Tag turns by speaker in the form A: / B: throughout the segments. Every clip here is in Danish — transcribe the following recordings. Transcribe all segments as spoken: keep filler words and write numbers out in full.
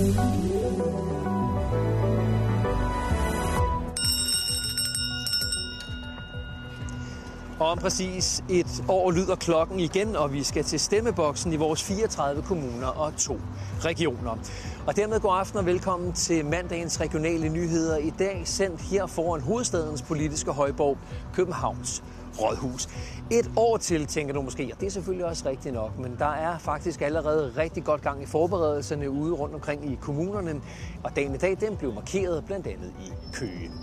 A: Og om præcis et år lyder klokken igen, og vi skal til stemmeboksen i vores fireogtredive kommuner og to regioner. Og dermed god aften og velkommen til mandagens regionale nyheder i dag, sendt her foran hovedstadens politiske højborg, Københavns Rådhus. Et år til, tænker du måske, og det er selvfølgelig også rigtigt nok, men der er faktisk allerede rigtig godt gang i forberedelserne ude rundt omkring i kommunerne, og dagen i dag, den blev markeret blandt andet i Køge.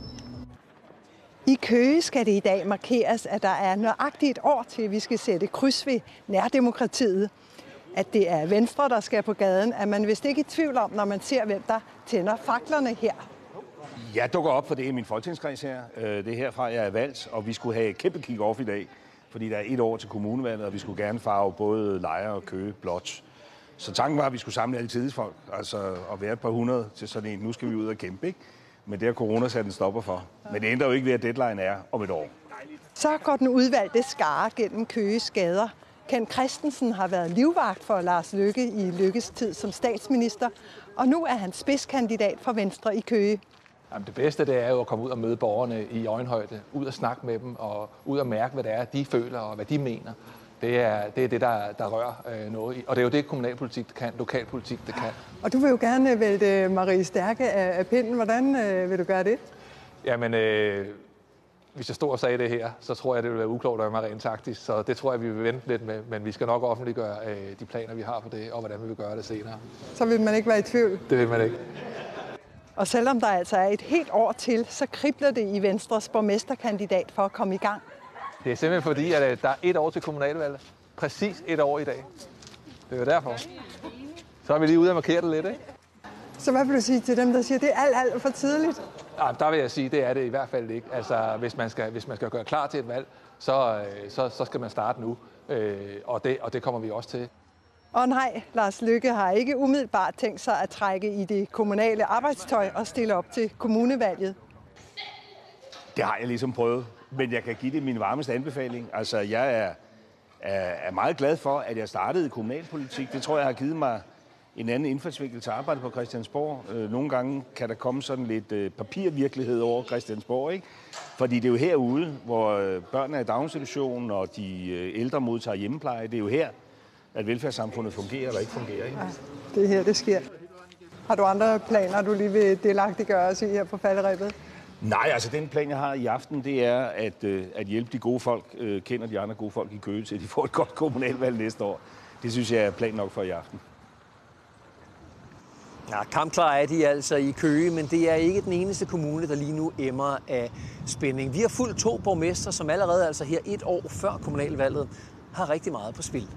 B: I Køge skal det i dag markeres, at der er nøjagtigt et år til, vi skal sætte kryds ved nærdemokratiet. At det er Venstre, der skal på gaden, er man vist ikke i tvivl om, når man ser, hvem der tænder faklerne her.
C: Jeg dukker op for det i min folketingskreds her. Det er herfra, jeg er valgt, og vi skulle have et kæmpe kick-off i dag, fordi der er et år til kommunevalget, og vi skulle gerne farve både Lejre og Køge blåt. Så tanken var, at vi skulle samle alle tidsfolk, altså at være et par hundrede til sådan en. Nu skal vi ud og kæmpe, ikke? Men det har corona sat en stopper for. Men det ændrer jo ikke ved, at deadline er om et år.
B: Så går den udvalgte skare gennem Køges gader. Ken Christensen har været livvagt for Lars Løkke i Løkkes tid som statsminister, og nu er han spidskandidat for Venstre i Køge.
D: Jamen, det bedste det er jo at komme ud og møde borgerne i øjenhøjde, ud og snakke med dem, og ud og mærke, hvad det er, de føler og hvad de mener. Det er det, er det der, der rører øh, noget i. Og det er jo det, kommunalpolitik det kan, lokalpolitik det kan.
B: Og du vil jo gerne vælte Marie Stærke af, af pinden. Hvordan øh, vil du gøre det?
D: Jamen, øh, hvis jeg stod og sagde det her, så tror jeg, det ville være uklogt at være rent taktisk. Så det tror jeg, vi vil vente lidt med. Men vi skal nok offentliggøre øh, de planer, vi har for det, og hvordan vi vil gøre det senere.
B: Så vil man ikke være i tvivl?
D: Det vil man ikke.
B: Og selvom der altså er et helt år til, så kribler det i Venstres borgmesterkandidat for at komme i gang.
D: Det er simpelthen fordi, at der er et år til kommunalvalget. Præcis et år i dag. Det er jo derfor. Så er vi lige ude og markere det lidt, ikke?
B: Så hvad vil du sige til dem, der siger, at det er alt, alt for tidligt?
D: Ja, der vil jeg sige, at det er det i hvert fald ikke. Altså, hvis man skal, hvis man skal gøre klar til et valg, så, så, så skal man starte nu. Øh, og, det, og det kommer vi også til.
B: Og nej, Lars Løkke har ikke umiddelbart tænkt sig at trække i det kommunale arbejdstøj og stille op til kommunevalget.
C: Det har jeg ligesom prøvet, men jeg kan give det min varmeste anbefaling. Altså, jeg er, er, er meget glad for, at jeg startede i kommunalpolitik. Det tror jeg har givet mig en anden indfaldsvinkel til arbejde på Christiansborg. Nogle gange kan der komme sådan lidt papirvirkelighed over Christiansborg, ikke? Fordi det er jo herude, hvor børnene er i daginstitutionen, og de ældre modtager hjemmepleje. Det er jo her, at velfærdssamfundet fungerer eller ikke fungerer, ikke?
B: Ja, det er her, det sker. Har du andre planer, du lige vil delagtiggøre os i her på falderebet?
C: Nej, altså den plan, jeg har i aften, det er at, at hjælpe de gode folk, kender de andre gode folk i Køge, til de får et godt kommunalvalg næste år. Det synes jeg er plan nok for i aften.
A: Ja, kampklar er de altså i Køge, men det er ikke den eneste kommune, der lige nu emmer af spænding. Vi har fulgt to borgmestre, som allerede altså her et år før kommunalvalget har rigtig meget på spil.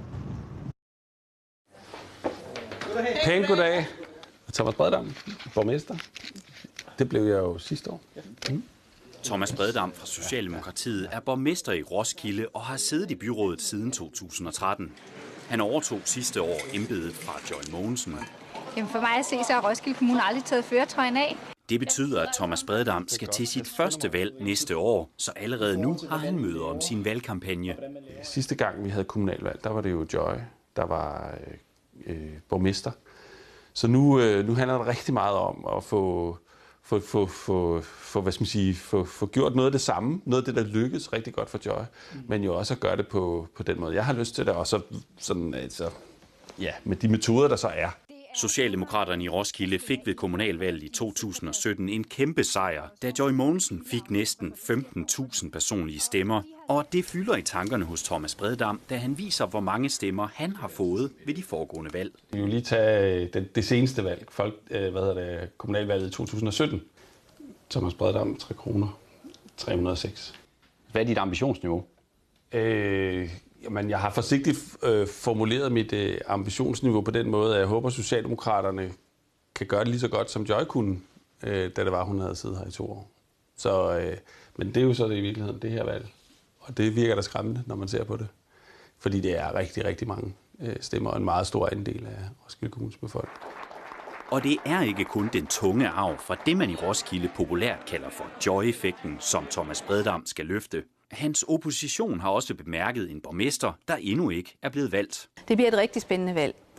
E: Pænt goddag. Thomas Breddam, borgmester. Det blev jeg jo sidste år. Mm.
F: Thomas Breddam fra Socialdemokratiet er borgmester i Roskilde og har siddet i byrådet siden to tusind og tretten. Han overtog sidste år embedet fra Joy Mogensen.
G: Jamen for mig at se, så har Roskilde Kommune aldrig taget førertrøjen af.
F: Det betyder, at Thomas Breddam skal til sit første valg næste år, så allerede nu har han møder om sin valgkampagne.
E: Sidste gang vi havde kommunalvalg, der var det jo Joy, der var øh, borgmester. Så nu, øh, nu handler det rigtig meget om at få, få, få, få, få, hvad skal man sige, få, få gjort noget af det samme. Noget af det, der lykkedes rigtig godt for Joy, mm. men jo også at gøre det på, på den måde, jeg har lyst til det, og så sådan, altså, ja, med de metoder, der så er.
F: Socialdemokraterne i Roskilde fik ved kommunalvalget i to tusind og sytten en kæmpe sejr, da Joy Mogensen fik næsten femten tusind personlige stemmer. Og det fylder i tankerne hos Thomas Breddam, da han viser, hvor mange stemmer han har fået ved de foregående valg.
E: Vi vil lige tage det, det seneste valg, folk, hvad hedder det, kommunalvalget i to tusind og sytten. Thomas Breddam, tre kroner, tre hundrede og seks.
H: Hvad er dit ambitionsniveau?
E: Øh, jamen, jeg har forsigtigt øh, formuleret mit øh, ambitionsniveau på den måde, at jeg håber, at Socialdemokraterne kan gøre det lige så godt, som Joy kunne, øh, da det var, hun havde siddet her i to år. Så, øh, men det er jo så det i virkeligheden, det her valg. Og det virker da skræmmende, når man ser på det. Fordi det er rigtig, rigtig mange øh, stemmer, og en meget stor andel af Roskilde Kommunes befolkning.
F: Og det er ikke kun den tunge arv fra det, man i Roskilde populært kalder for Joy-effekten, som Thomas Breddam skal løfte. Hans opposition har også bemærket en borgmester, der endnu ikke er blevet valgt.
I: Det bliver et rigtig spændende valg.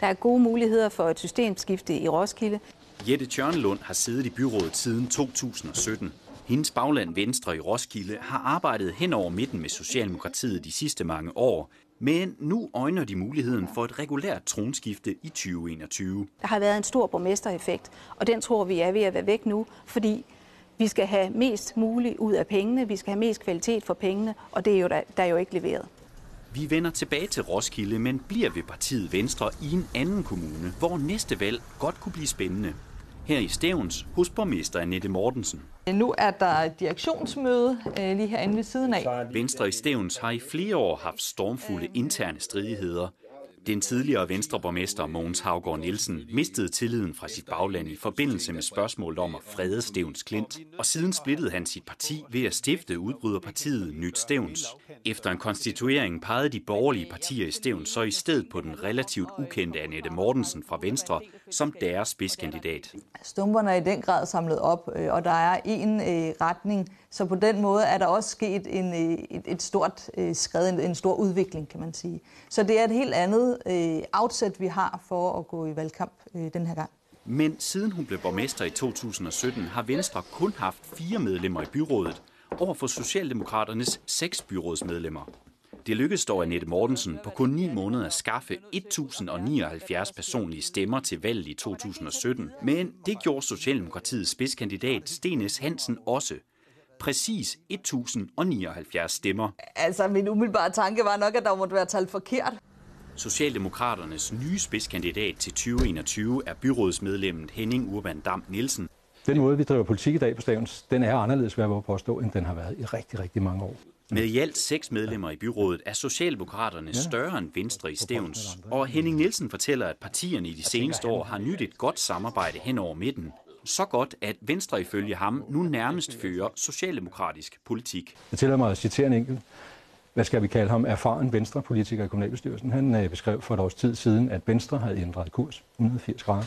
I: Der er gode muligheder for et systemskifte i Roskilde.
F: Jette Tjørnelund har siddet i byrådet siden to tusind og sytten. Hendes bagland Venstre i Roskilde har arbejdet hen over midten med Socialdemokratiet de sidste mange år, men nu øjner de muligheden for et regulært tronskifte i tyve enogtyve.
I: Der har været en stor borgmestereffekt, og den tror vi er ved at være væk nu, fordi vi skal have mest muligt ud af pengene, vi skal have mest kvalitet for pengene, og det er jo der, der er jo ikke leveret.
F: Vi vender tilbage til Roskilde, men bliver ved partiet Venstre i en anden kommune, hvor næste valg godt kunne blive spændende. Her i Stevns hos borgmester Annette Mortensen.
J: Nu er der direktionsmøde øh, lige herinde ved siden af.
F: Venstre i Stevns har i flere år haft stormfulde interne stridigheder. Den tidligere Venstreborgmester Mogens Haugaard Nielsen mistede tilliden fra sit bagland i forbindelse med spørgsmålet om at frede Stevns Klint, og siden splittede han sit parti ved at stifte udbryderpartiet Nyt Stevns. Efter en konstituering pegede de borgerlige partier i Stevns så i stedet på den relativt ukendte Annette Mortensen fra Venstre som deres spidskandidat.
J: Stumperne er i den grad samlet op, og der er en øh, retning, så på den måde er der også sket en, et, et stort øh, skred, en, en stor udvikling, kan man sige. Så det er et helt andet øh, afsæt, vi har for at gå i valgkamp øh, den her gang.
F: Men siden hun blev borgmester i to tusind og sytten, har Venstre kun haft fire medlemmer i byrådet, overfor Socialdemokraternes seks byrådsmedlemmer. Det lykkedes dog Annette Mortensen på kun ni måneder at skaffe et tusind nioghalvfjerds personlige stemmer til valget i to tusind og sytten, men det gjorde Socialdemokratiets spidskandidat Sten S. Hansen også. Præcis et tusind nioghalvfjerds stemmer.
J: Altså, min umiddelbare tanke var nok, at der måtte være talt forkert.
F: Socialdemokraternes nye spidskandidat til tyve enogtyve er byrådsmedlemmet Henning Urban Dam Nielsen.
K: Den måde, vi driver politik i dag på Stevns, den er anderledes, hvad jeg vil påstå, end den har været i rigtig, rigtig mange år.
F: Med i alt seks medlemmer i byrådet er Socialdemokraterne større end Venstre i Stevns, og Henning Nielsen fortæller, at partierne i de seneste år har nydt et godt samarbejde hen over midten. Så godt, at Venstre ifølge ham nu nærmest fører socialdemokratisk politik.
K: Jeg tillader mig at citere en enkelt. Hvad skal vi kalde ham? Erfaren Venstre-politiker i kommunalbestyrelsen. Han beskrev for et års tid siden, at Venstre havde ændret kurs et hundrede og firs grader.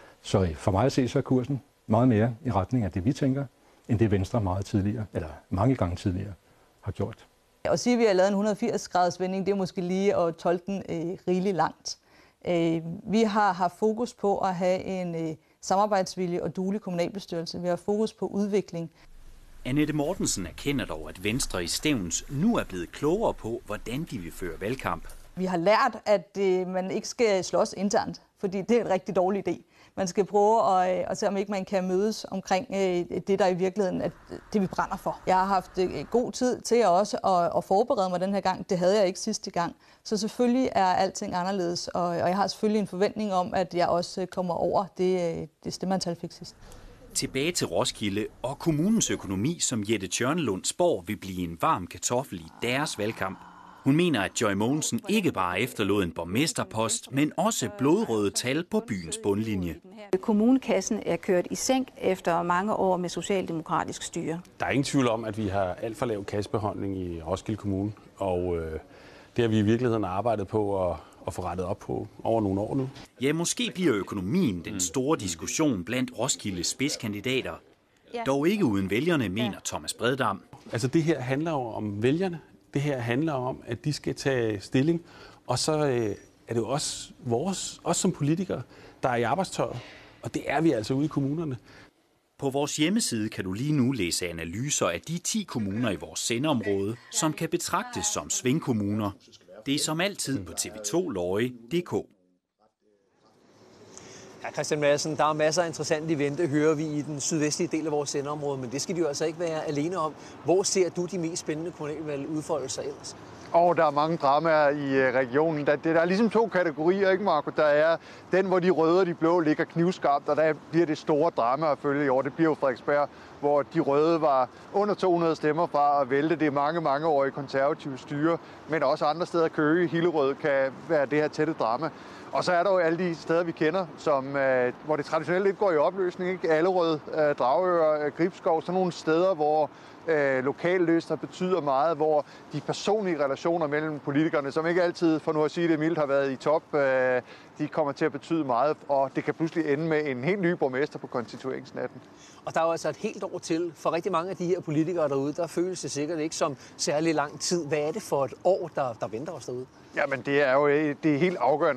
K: Så for mig at se, så er kursen meget mere i retning af det, vi tænker, end det Venstre meget tidligere, eller mange gange tidligere, har gjort.
J: Og sige, at vi har lavet en et hundrede og firs graders vending, det er måske lige at tolke den øh, rigeligt langt. Øh, vi har haft fokus på at have en øh, samarbejdsvillig og duelig kommunalbestyrelse. Vi har fokus på udvikling.
F: Annette Mortensen erkender dog, at Venstre i Stevns nu er blevet klogere på, hvordan de vil føre valgkamp.
J: Vi har lært, at øh, man ikke skal slås internt, fordi det er en rigtig dårlig idé. Man skal prøve at, at se, om ikke man kan mødes omkring øh, det, der i virkeligheden er det, vi brænder for. Jeg har haft øh, god tid til også at, at forberede mig den her gang. Det havde jeg ikke sidste gang. Så selvfølgelig er alting anderledes, og, og jeg har selvfølgelig en forventning om, at jeg også kommer over det, det stemmeantal fik sidst.
F: Tilbage til Roskilde og kommunens økonomi, som Jette Tjørnelund spår vil blive en varm kartoffel i deres valgkamp. Hun mener, at Joy Mogensen ikke bare efterlod en borgmesterpost, men også blodrøde tal på byens bundlinje.
I: Kommunekassen er kørt i sænk efter mange år med socialdemokratisk styre.
E: Der er ingen tvivl om, at vi har alt for lav kassebeholdning i Roskilde Kommune, og øh, det har vi i virkeligheden arbejdet på at, at få rettet op på over nogle år nu.
F: Ja, måske bliver økonomien den store diskussion blandt Roskildes spidskandidater. Dog ikke uden vælgerne, mener Thomas Breddam.
E: Altså det her handler jo om vælgerne. Det her handler om, at de skal tage stilling, og så øh, er det jo også vores, os som politikere, der er i arbejdstøjet, og det er vi altså ude i kommunerne.
F: På vores hjemmeside kan du lige nu læse analyser af de ti kommuner i vores sendeområde, som kan betragtes som svingkommuner. Det er som altid på T V to Løje punktum d k.
A: Ja, Christian Madsen, der er masser af interessant i vente, hører vi i den sydvestlige del af vores sendeområde, men det skal de jo altså ikke være alene om. Hvor ser du de mest spændende kommunalvalg udfolde sig ellers?
L: Og der er mange dramaer i regionen. Der, der er ligesom to kategorier, ikke Marco? Der er den, hvor de røde og de blå ligger knivskarpt, og der bliver det store drama at følge i år. Det bliver jo Frederiksberg, hvor de røde var under to hundrede stemmer fra at vælte det mange, mange år i konservative styre. Men også andre steder, Køge, Hillerød, kan være det her tætte drama. Og så er der jo alle de steder, vi kender, som, øh, hvor det traditionelt lidt går i opløsning. Ikke? Allerød, øh, Dragør, øh, Gribskov, sådan nogle steder, hvor øh, lokalløsner betyder meget, hvor de personlige relationer mellem politikerne, som ikke altid, for nu at sige det mildt, har været i top, øh, de kommer til at betyde meget, og det kan pludselig ende med en helt ny borgmester på konstitueringsnatten.
A: Og der er jo altså et helt år til. For rigtig mange af de her politikere derude, der føles det sikkert ikke som særlig lang tid. Hvad er det for et år, der, der venter os derude?
L: Jamen det er jo det er helt afgørende år for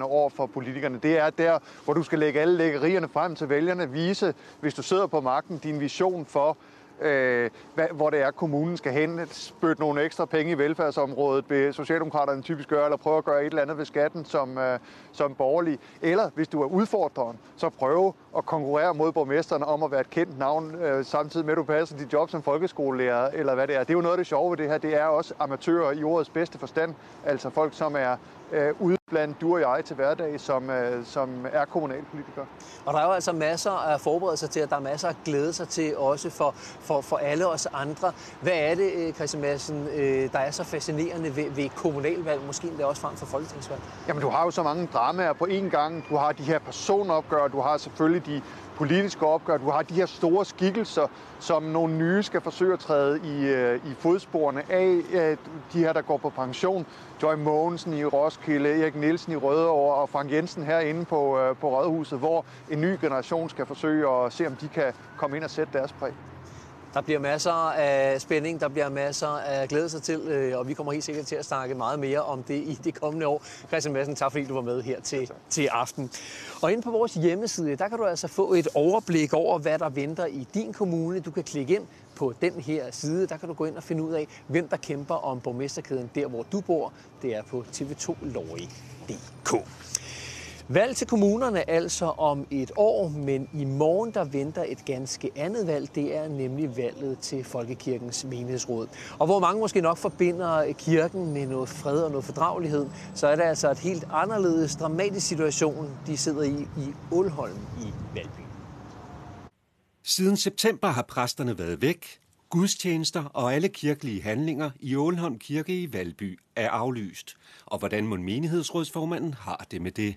L: for politikerne. Det er der, hvor du skal lægge alle lækkerierne frem til vælgerne, vise, hvis du sidder på magten, din vision for, Øh, hvad, hvor det er, kommunen skal hen, spytte nogle ekstra penge i velfærdsområdet, vil Socialdemokraterne typisk gøre, eller prøve at gøre et eller andet ved skatten som, øh, som borgerlig. Eller hvis du er udfordreren, så prøve at konkurrere mod borgmesterne om at være et kendt navn, øh, samtidig med at du passer dit job som folkeskolelærer, eller hvad det er. Det er jo noget af det sjove ved det her. Det er også amatører i ordets bedste forstand, altså folk, som er øh, ude blandt du og jeg til hverdag, som, øh, som er kommunalpolitikere.
A: Og der er jo altså masser af forberedelser til, at der er masser at glæde sig til, også for, for, for alle os andre. Hvad er det, Christian Madsen, der er så fascinerende ved, ved kommunalvalg, måske endda også frem for folketingsvalg?
L: Jamen, du har jo så mange dramaer på én gang. Du har de her personopgør, du har selvfølgelig de politiske opgør, du har de her store skikkelser, som nogle nye skal forsøge at træde i, i fodsporene af. De her, der går på pension. Joy Mogensen i Roskilde, Erik Nielsen i Rødovre og Frank Jensen herinde på, på Rådhuset, hvor en ny generation skal forsøge at se, om de kan komme ind og sætte deres præg.
A: Der bliver masser af spænding, der bliver masser af glæde sig til, og vi kommer helt sikkert til at snakke meget mere om det i det kommende år. Christian Madsen, tak fordi du var med her til, til aften. Og inde på vores hjemmeside, der kan du altså få et overblik over, hvad der venter i din kommune. Du kan klikke ind på den her side, der kan du gå ind og finde ud af, hvem der kæmper om borgmesterkæden der, hvor du bor. Det er på T V to Lorry punktum d k. Valg til kommunerne altså om et år, men i morgen der venter et ganske andet valg. Det er nemlig valget til Folkekirkens menighedsråd. Og hvor mange måske nok forbinder kirken med noget fred og noget fordragelighed, så er det altså et helt anderledes dramatisk situation, de sidder i i Ålholm i Valby.
M: Siden september har præsterne været væk. Gudstjenester og alle kirkelige handlinger i Ålholm Kirke i Valby er aflyst. Og hvordan må menighedsrådsformanden har det med det?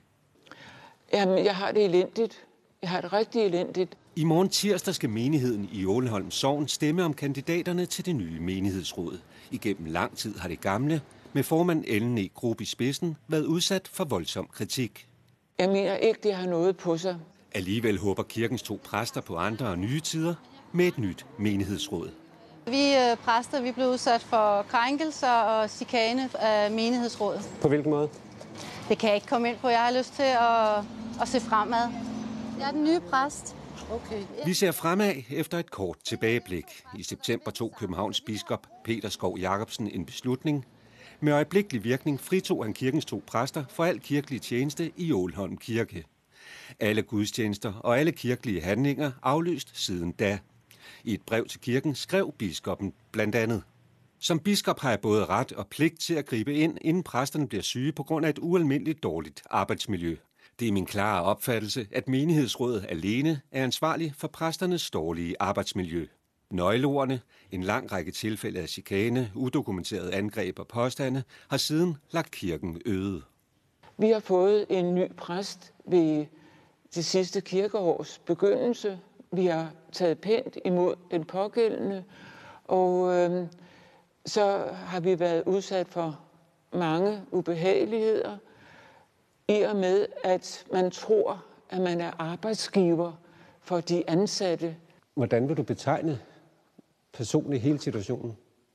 N: Jamen, jeg har det elendigt. Jeg har det rigtig elendigt.
M: I morgen tirsdag skal menigheden i Ålholm Sogn stemme om kandidaterne til det nye menighedsråd. Igennem lang tid har det gamle, med formand Ellen E. Grub i spidsen, været udsat for voldsom kritik.
N: Jeg mener ikke, det har noget på sig.
M: Alligevel håber kirkens to præster på andre og nye tider med et nyt menighedsråd.
O: Vi præster vi blev udsat for krænkelser og chikane af menighedsrådet.
P: På hvilken måde?
O: Det kan jeg ikke komme ind på. Jeg har lyst til at, at se fremad. Jeg er den nye præst.
N: Okay.
M: Vi ser fremad efter et kort tilbageblik. I september tog Københavns biskop Peter Skov Jacobsen en beslutning. Med øjeblikkelig virkning fritog han kirkens to præster for al kirkelig tjeneste i Ålholm Kirke. Alle gudstjenester og alle kirkelige handlinger aflyst siden da. I et brev til kirken skrev biskoppen blandt andet: Som biskop har jeg både ret og pligt til at gribe ind, inden præsterne bliver syge på grund af et ualmindeligt dårligt arbejdsmiljø. Det er min klare opfattelse, at menighedsrådet alene er ansvarlig for præsternes dårlige arbejdsmiljø. Nøgleordene, en lang række tilfælde af chikane, udokumenterede angreb og påstande, har siden lagt kirken øde.
N: Vi har fået en ny præst ved det sidste kirkeårs begyndelse. Vi har taget pænt imod den pågældende, og øh, så har vi været udsat for mange ubehageligheder, i og med, at man tror, at man er arbejdsgiver for de ansatte.
P: Hvordan vil du betegne personligt hele situationen?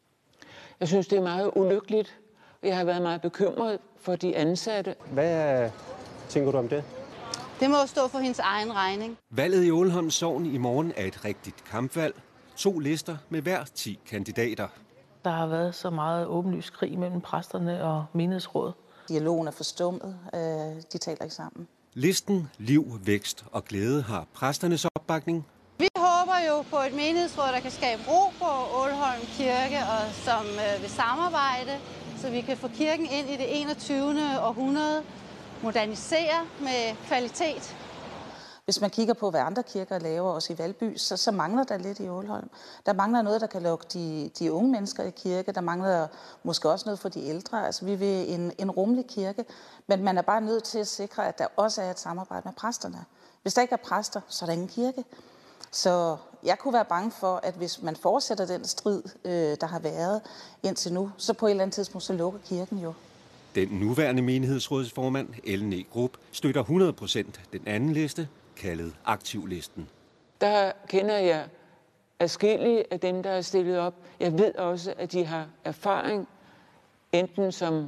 N: Jeg synes, det er meget ulykkeligt, og jeg har været meget bekymret for de ansatte.
P: Hvad tænker du om det?
O: Det må stå for hendes egen regning.
M: Valget i Ålholm Sogn i morgen er et rigtigt kampvalg. To lister med hver ti kandidater.
Q: Der har været så meget åbenlys krig mellem præsterne og menighedsrådet.
R: Dialogen er forstummet. De taler ikke sammen.
M: Listen Liv, Vækst og Glæde har præsternes opbakning.
O: Vi håber jo på et menighedsråd, der kan skabe ro på Ålholm Kirke, og som vil samarbejde, så vi kan få kirken ind i det enogtyvende århundrede, modernisere med kvalitet.
R: Hvis man kigger på, hvad andre kirker laver, også i Valby, så, så mangler der lidt i Ålholm. Der mangler noget, der kan lukke de, de unge mennesker i kirke. Der mangler måske også noget for de ældre. Altså, vi vil en, en rummelig kirke, men man er bare nødt til at sikre, at der også er et samarbejde med præsterne. Hvis der ikke er præster, så er der ingen kirke. Så jeg kunne være bange for, at hvis man fortsætter den strid, øh, der har været indtil nu, så på et eller andet tidspunkt, så lukker kirken jo.
M: Den nuværende menighedsrådsformand, Ellen E. Grub, støtter hundrede procent den anden liste, kaldet Aktivlisten.
N: Der kender jeg adskillige af dem, der er stillet op. Jeg ved også, at de har erfaring, enten som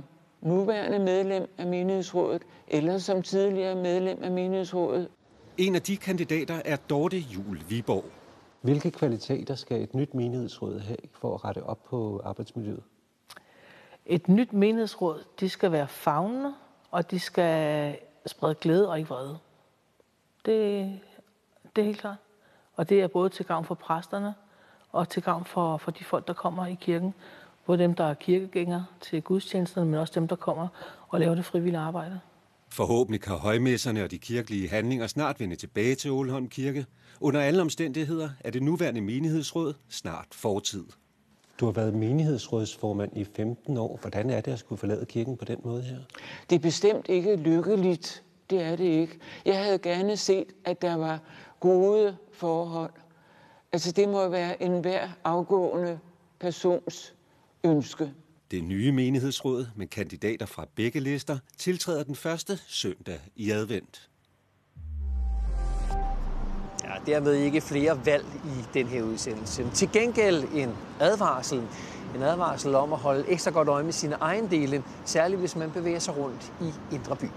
N: nuværende medlem af menighedsrådet, eller som tidligere medlem af menighedsrådet.
M: En af de kandidater er Dorte Juel Viborg.
P: Hvilke kvaliteter skal et nyt menighedsråd have for at rette op på arbejdsmiljøet?
Q: Et nyt menighedsråd, de skal være favnende, og de skal sprede glæde og ikke vrede. Det, det er helt klart. Og det er både til gavn for præsterne og til gavn for, for de folk, der kommer i kirken. Både dem, der er kirkegængere til gudstjenesterne, men også dem, der kommer og laver det frivillige arbejde.
M: Forhåbentlig kan højmesserne og de kirkelige handlinger snart vende tilbage til Ålholm Kirke. Under alle omstændigheder er det nuværende menighedsråd snart fortid.
P: Du har været menighedsrådsformand i femten år. Hvordan er det at skulle forlade kirken på den måde her?
N: Det er bestemt ikke lykkeligt. Det er det ikke. Jeg havde gerne set, at der var gode forhold. Altså det må være enhver afgående persons ønske.
M: Det nye menighedsråd med kandidater fra begge lister tiltræder den første søndag i advent.
A: Ja, dermed ikke flere valg i den her udsendelse. Til gengæld en advarsel. En advarsel om at holde ekstra godt øje med sine ejendele, særligt hvis man bevæger sig rundt i Indre By.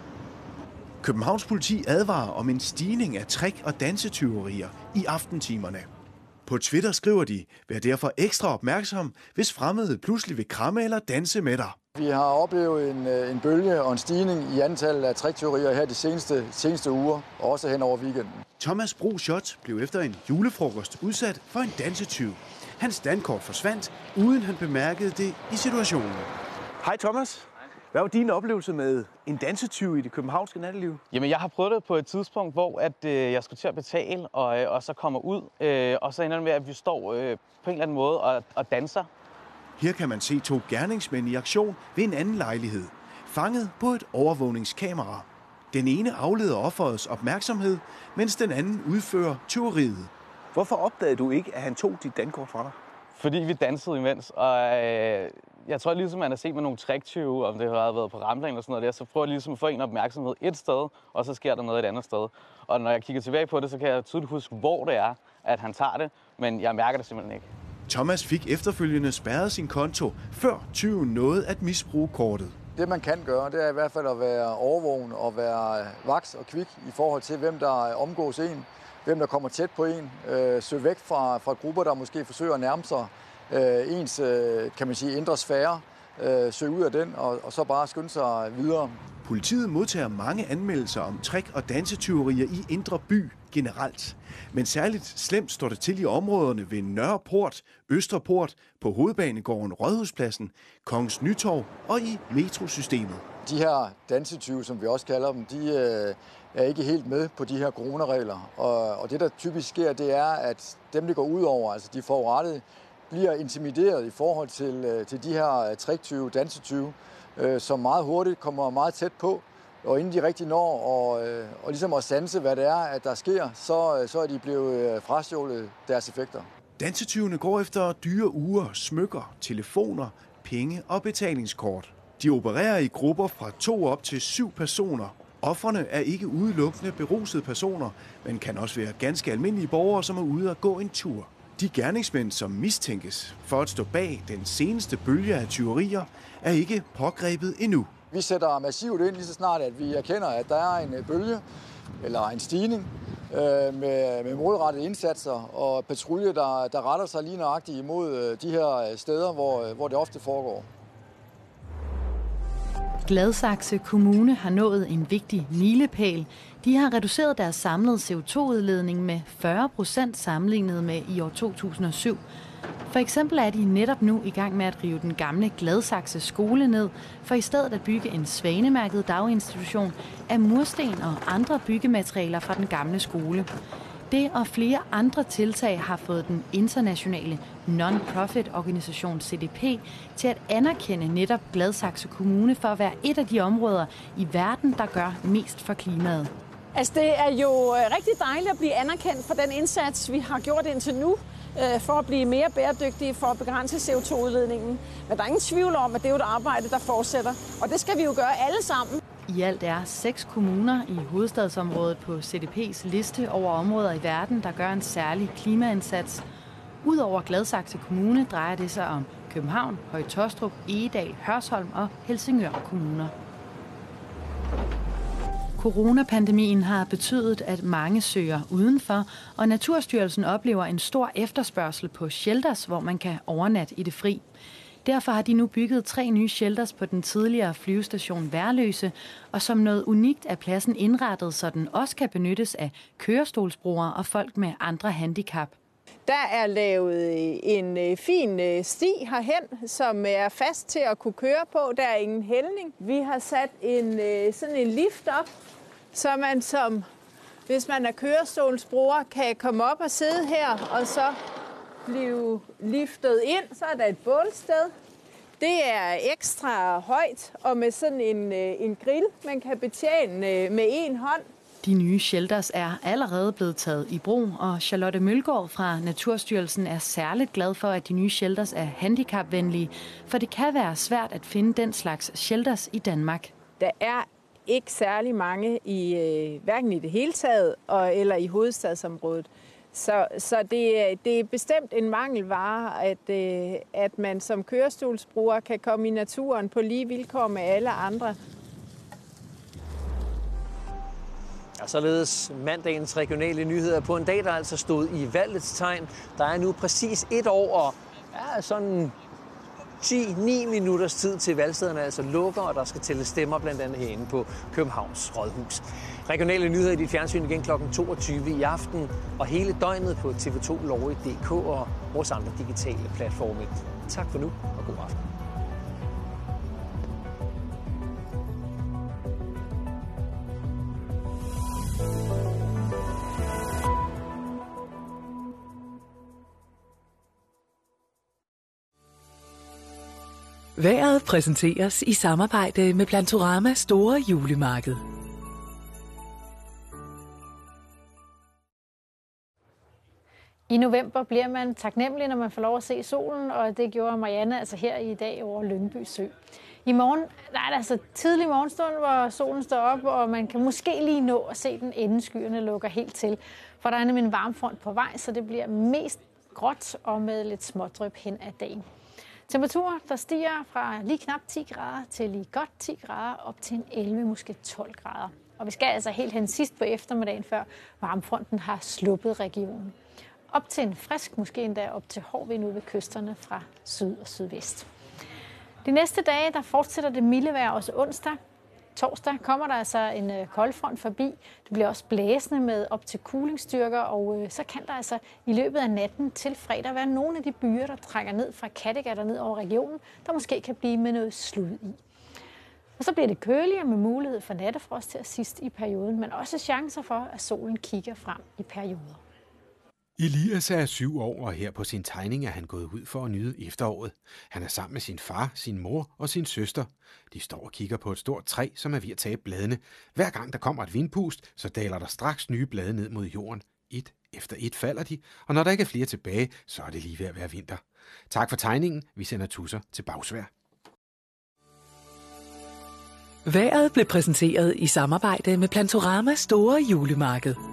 S: Københavns politi advarer om en stigning af trick- og dansetyverier i aftentimerne. På Twitter skriver de, vær derfor ekstra opmærksom, hvis fremmede pludselig vil kramme eller danse med dig.
T: Vi har oplevet en, en bølge og en stigning i antallet af tricktyverier her de seneste, seneste uger, og også hen over weekenden.
S: Thomas Bro Schott blev efter en julefrokost udsat for en dansetyv. Hans dankort forsvandt, uden han bemærkede det i situationen.
U: Hej Thomas. Hvad var din oplevelse med en dansetyv i det københavnske natteliv?
V: Jamen, jeg har prøvet det på et tidspunkt, hvor at, øh, jeg skulle til at betale, og, øh, og så kommer ud, øh, og så ender det med, at vi står øh, på en eller anden måde og, og danser.
S: Her kan man se to gerningsmænd i aktion ved en anden lejlighed, fanget på et overvågningskamera. Den ene afleder offerets opmærksomhed, mens den anden udfører tyveriet.
U: Hvorfor opdagede du ikke, at han tog dit dankort fra dig?
V: Fordi vi dansede imens, og øh, jeg tror ligesom, man har set med nogle tricktyve, om det har været på Rambla eller sådan noget der, så prøver jeg ligesom at få en opmærksomhed et sted, og så sker der noget et andet sted. Og når jeg kigger tilbage på det, så kan jeg tydeligt huske, hvor det er, at han tager det, men jeg mærker det simpelthen ikke.
S: Thomas fik efterfølgende spærret sin konto, før tyven nåede at misbruge kortet.
T: Det man kan gøre, det er i hvert fald at være overvågen og være vaks og kvik i forhold til, hvem der omgås en, hvem der kommer tæt på en, øh, søge væk fra, fra grupper, der måske forsøger at nærme sig øh, ens, øh, kan man sige, indre sfære, øh, søge ud af den, og, og så bare skynde sig videre.
S: Politiet modtager mange anmeldelser om trick- og dansetyverier i Indre By generelt. Men særligt slemt står det til i områderne ved Nørreport, Østerport, på Hovedbanegården, Rådhuspladsen, Kongens Nytorv og i metrosystemet.
T: De her dansetyve, som vi også kalder dem, de øh, er ikke helt med på de her coronaregler. Og, og det, der typisk sker, det er, at dem, det går ud over, altså de forurettede, bliver intimideret i forhold til, øh, til de her tricktyve, dansetyve, øh, som meget hurtigt kommer meget tæt på. Og inden de rigtig når og, øh, og ligesom at sanse, hvad det er, at der sker, så, så er de blevet frastjålet deres effekter.
S: Dansetyvene går efter dyre ure, smykker, telefoner, penge og betalingskort. De opererer i grupper fra to op til syv personer. Ofrene er ikke udelukkende berusede personer, men kan også være ganske almindelige borgere, som er ude at gå en tur. De gerningsmænd, som mistænkes for at stå bag den seneste bølge af tyverier, er ikke pågrebet endnu.
T: Vi sætter massivt ind lige så snart, at vi erkender, at der er en bølge eller en stigning øh, med, med målrettede indsatser og patrulje, der, der retter sig lige nøjagtigt imod de her steder, hvor, hvor det ofte foregår.
W: Gladsaxe Kommune har nået en vigtig milepæl. De har reduceret deres samlede C O to udledning med fyrre procent sammenlignet med i år to tusind og syv. For eksempel er de netop nu i gang med at rive den gamle Gladsaxe skole ned, for i stedet at bygge en svanemærket daginstitution af mursten og andre byggematerialer fra den gamle skole. Det og flere andre tiltag har fået den internationale non-profit organisation C D P til at anerkende netop Gladsaxe Kommune for at være et af de områder i verden, der gør mest for klimaet.
X: Altså, det er jo rigtig dejligt at blive anerkendt for den indsats, vi har gjort indtil nu, for at blive mere bæredygtige, for at begrænse C O to udledningen. Men der er ingen tvivl om, at det er jo et arbejde, der fortsætter. Og det skal vi jo gøre alle sammen.
W: I alt er seks kommuner i hovedstadsområdet på C D P's liste over områder i verden, der gør en særlig klimaindsats. Udover Gladsaxe Kommune drejer det sig om København, Høje-Taastrup, Egedal, Hørsholm og Helsingør kommuner. Coronapandemien har betydet, at mange søger udenfor, og Naturstyrelsen oplever en stor efterspørgsel på shelters, hvor man kan overnatte i det fri. Derfor har de nu bygget tre nye shelters på den tidligere flyvestation Værløse, og som noget unikt er pladsen indrettet, så den også kan benyttes af kørestolsbrugere og folk med andre handicap.
X: Der er lavet en fin sti herhen, som er fast til at kunne køre på. Der er ingen hældning. Vi har sat en, sådan en lift op, så man som, hvis man er kørestolsbruger, kan komme op og sidde her, og så blive liftet ind. Så er der et bålsted. Det er ekstra højt, og med sådan en, en grill, man kan betjene med en hånd.
W: De nye shelters er allerede blevet taget i brug, og Charlotte Mølgaard fra Naturstyrelsen er særligt glad for, at de nye shelters er handicapvenlige, for det kan være svært at finde den slags shelters i Danmark.
X: Der er ikke særlig mange, i, hverken i det hele taget og, eller i hovedstadsområdet. Så, så det, det er bestemt en mangelvare, at, at man som kørestolsbruger kan komme i naturen på lige vilkår med alle andre.
A: Og således mandagens regionale nyheder på en dag, der altså stod i valgets tegn. Der er nu præcis et år og ja, sådan ti til ni minutters tid til valgstederne altså lukker, og der skal tælles stemmer blandt andet herinde på Københavns Rådhus. Regionale nyheder i dit fjernsyn igen klokken toogtyve i aften, og hele døgnet på T V to Lorry punktum d k og vores andre digitale platforme. Tak for nu, og god aften.
B: Vejret præsenteres i samarbejde med Plantorama Store Julemarked.
C: I november bliver man taknemmelig, når man får lov at se solen, og det gjorde Marianne altså her i dag over Lyngby Sø. I morgen der er der altså tidlig morgenstund, hvor solen står op, og man kan måske lige nå at se den, inden skyerne lukker helt til. For der er nemlig en varmfront på vej, så det bliver mest gråt og med lidt smådryp hen ad dagen. Temperaturer, der stiger fra lige knap ti grader til lige godt ti grader op til en elleve, måske tolv grader. Og vi skal altså helt hen sidst på eftermiddagen, før varmfronten har sluppet regionen. Op til en frisk, måske endda op til hård vind ude ved kysterne fra syd og sydvest. De næste dage, der fortsætter det milde vejr også onsdag. Torsdag kommer der altså en koldfront forbi. Det bliver også blæsende med op til kulingsstyrker, og så kan der altså i løbet af natten til fredag være nogle af de byer, der trækker ned fra Kattegat og ned over regionen, der måske kan blive med noget slud i. Og så bliver det køligere med mulighed for nattefrost til sidst i perioden, men også chancer for, at solen kigger frem i perioder.
D: Elias er syv år, og her på sin tegning er han gået ud for at nyde efteråret. Han er sammen med sin far, sin mor og sin søster. De står og kigger på et stort træ, som er ved at tabe bladene. Hver gang der kommer et vindpust, så daler der straks nye blade ned mod jorden. Et efter et falder de, og når der ikke er flere tilbage, så er det lige ved at være vinter. Tak for tegningen. Vi sender tusser til Bagsværd.
B: Vejret blev præsenteret i samarbejde med Plantorama Store Julemarked.